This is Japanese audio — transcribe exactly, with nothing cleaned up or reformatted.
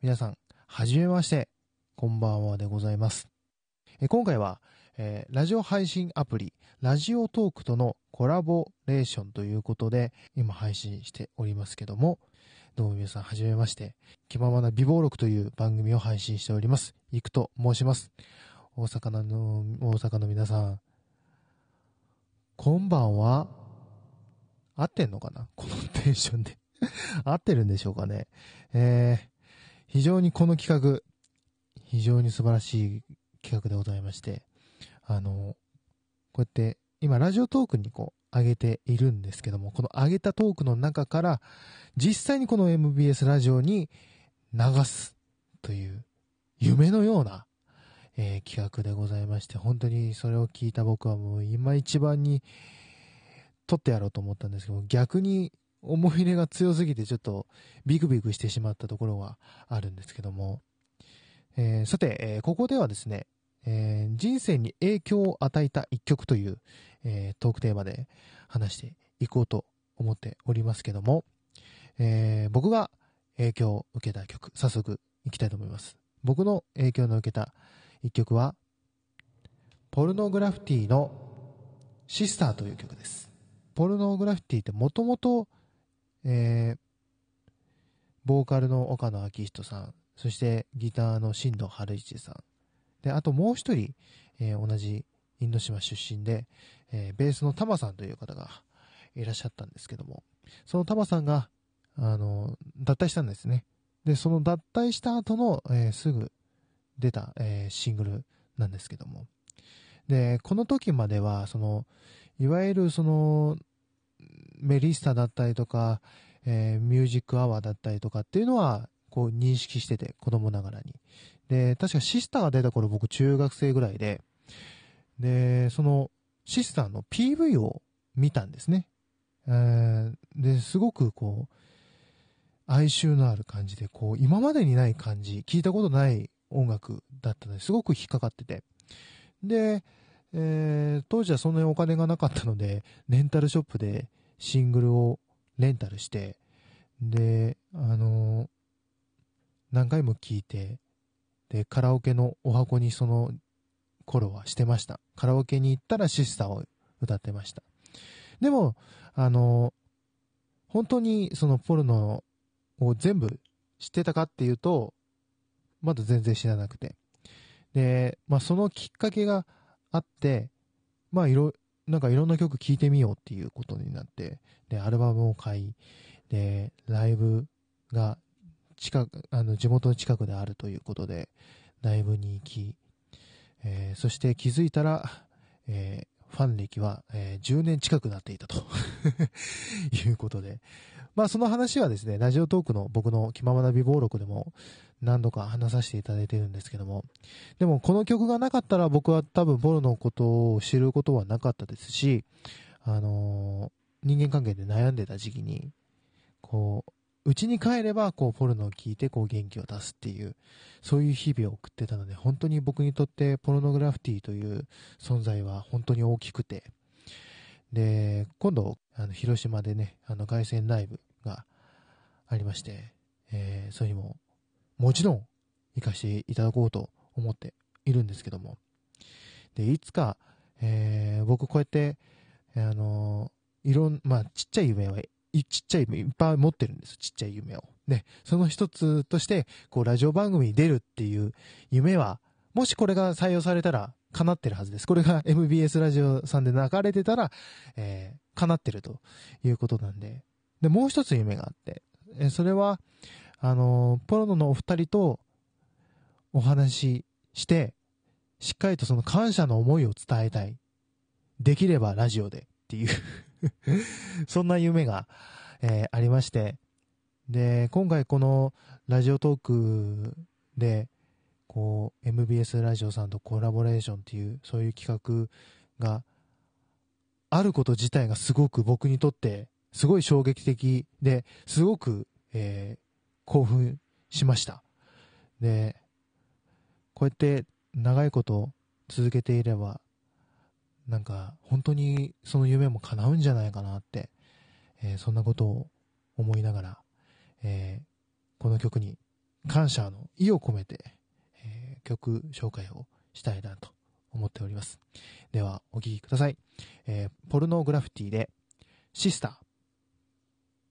皆さん、はじめまして、こんばんはでございます。え今回は、えー、ラジオ配信アプリ、ラジオトークとのコラボレーションということで、今配信しておりますけども、どうも皆さん、はじめまして、気ままな美貌録という番組を配信しております。いくと申します。大阪の、大阪の皆さん、こんばんは。合ってんのかなこのテンションで。合ってるんでしょうかね。えー、非常にこの企画、非常に素晴らしい企画でございまして、あの、こうやって、今ラジオトークにこう上げているんですけども、この上げたトークの中から、実際にこの エムビーエス ラジオに流すという夢のような、えー、企画でございまして、本当にそれを聞いた僕はもう今一番に撮ってやろうと思ったんですけど、逆に思い入れが強すぎてちょっとビクビクしてしまったところはあるんですけども、えー、さて、えー、ここではですね、えー、人生に影響を与えた一曲という、えー、トークテーマで話していこうと思っておりますけども、えー、僕が影響を受けた曲、早速いきたいと思います。僕の影響の受けた一曲は、ポルノグラフィティのシスターという曲です。ポルノグラフィティってもともと、えー、ボーカルの岡野昭仁さん、そしてギターの新藤春一さん、で、あともう一人、えー、同じ因島出身で、えー、ベースのタマさんという方がいらっしゃったんですけども、そのタマさんが、あの、脱退したんですね。で、その脱退した後の、えー、すぐ出た、えー、シングルなんですけども。で、この時までは、その、いわゆるその、メリスタだったりとか、えー、ミュージックアワーだったりとかっていうのは、こう認識してて、子供ながらに。で、確かシスターが出た頃僕中学生ぐらいで、で、そのシスターの ピーブイ を見たんですね。えー、で、すごくこう、哀愁のある感じで、こう、今までにない感じ、聞いたことない音楽だったので、すごく引っかかってて。で、えー、当時はそんなにお金がなかったので、レンタルショップでシングルをレンタルして、で、あのー、何回も聴いて、で、カラオケのお箱にその頃はしてました。カラオケに行ったらシスターを歌ってました。でも、あの、本当にそのポルノを全部知ってたかっていうと、まだ全然知らなくて。で、まあそのきっかけがあって、まあいろ、なんかいろんな曲聴いてみようっていうことになって、で、アルバムを買い、で、ライブが近く、あの、地元の近くであるということで、ライブに行き、えー、そして気づいたら、えー、ファン歴は、えー、じゅうねん近くなっていたということで、まあその話はですね、ラジオトークの僕の気ままな美貌録でも何度か話させていただいているんですけども、でもこの曲がなかったら僕は多分ポルノのことを知ることはなかったですし、あのー、人間関係で悩んでた時期に、こう、家に帰れば、こう、ポルノを聞いて、こう、元気を出すっていう、そういう日々を送ってたので、本当に僕にとって、ポルノグラフィティという存在は本当に大きくて、で、今度、あの、広島でね、あの、凱旋ライブがありまして、えー、それにも、もちろん、行かせていただこうと思っているんですけども、で、いつか、えー、僕こうやって、あのー、いろん、まあ、ちっちゃい夢はちっちゃい夢いっぱい持ってるんです。ちっちゃい夢を。ね。その一つとして、こう、ラジオ番組に出るっていう夢は、もしこれが採用されたら、叶ってるはずです。これが エムビーエス ラジオさんで流れてたら、えー、叶ってるということなんで。で、もう一つ夢があって、えー、それは、あのー、ポロノのお二人とお話しして、しっかりとその感謝の思いを伝えたい。できればラジオでっていうそんな夢が、えー、ありまして、で、今回このラジオトークで、こう、エムビーエス ラジオさんとコラボレーションっていう、そういう企画があること自体がすごく僕にとって、すごい衝撃的で、すごく、えー、興奮しました。で、こうやって長いこと続けていれば、なんか本当にその夢も叶うんじゃないかなって、えー、そんなことを思いながら、えー、この曲に感謝の意を込めて、えー、曲紹介をしたいなと思っております。ではお聴きください。えー、ポルノグラフィティでシスター。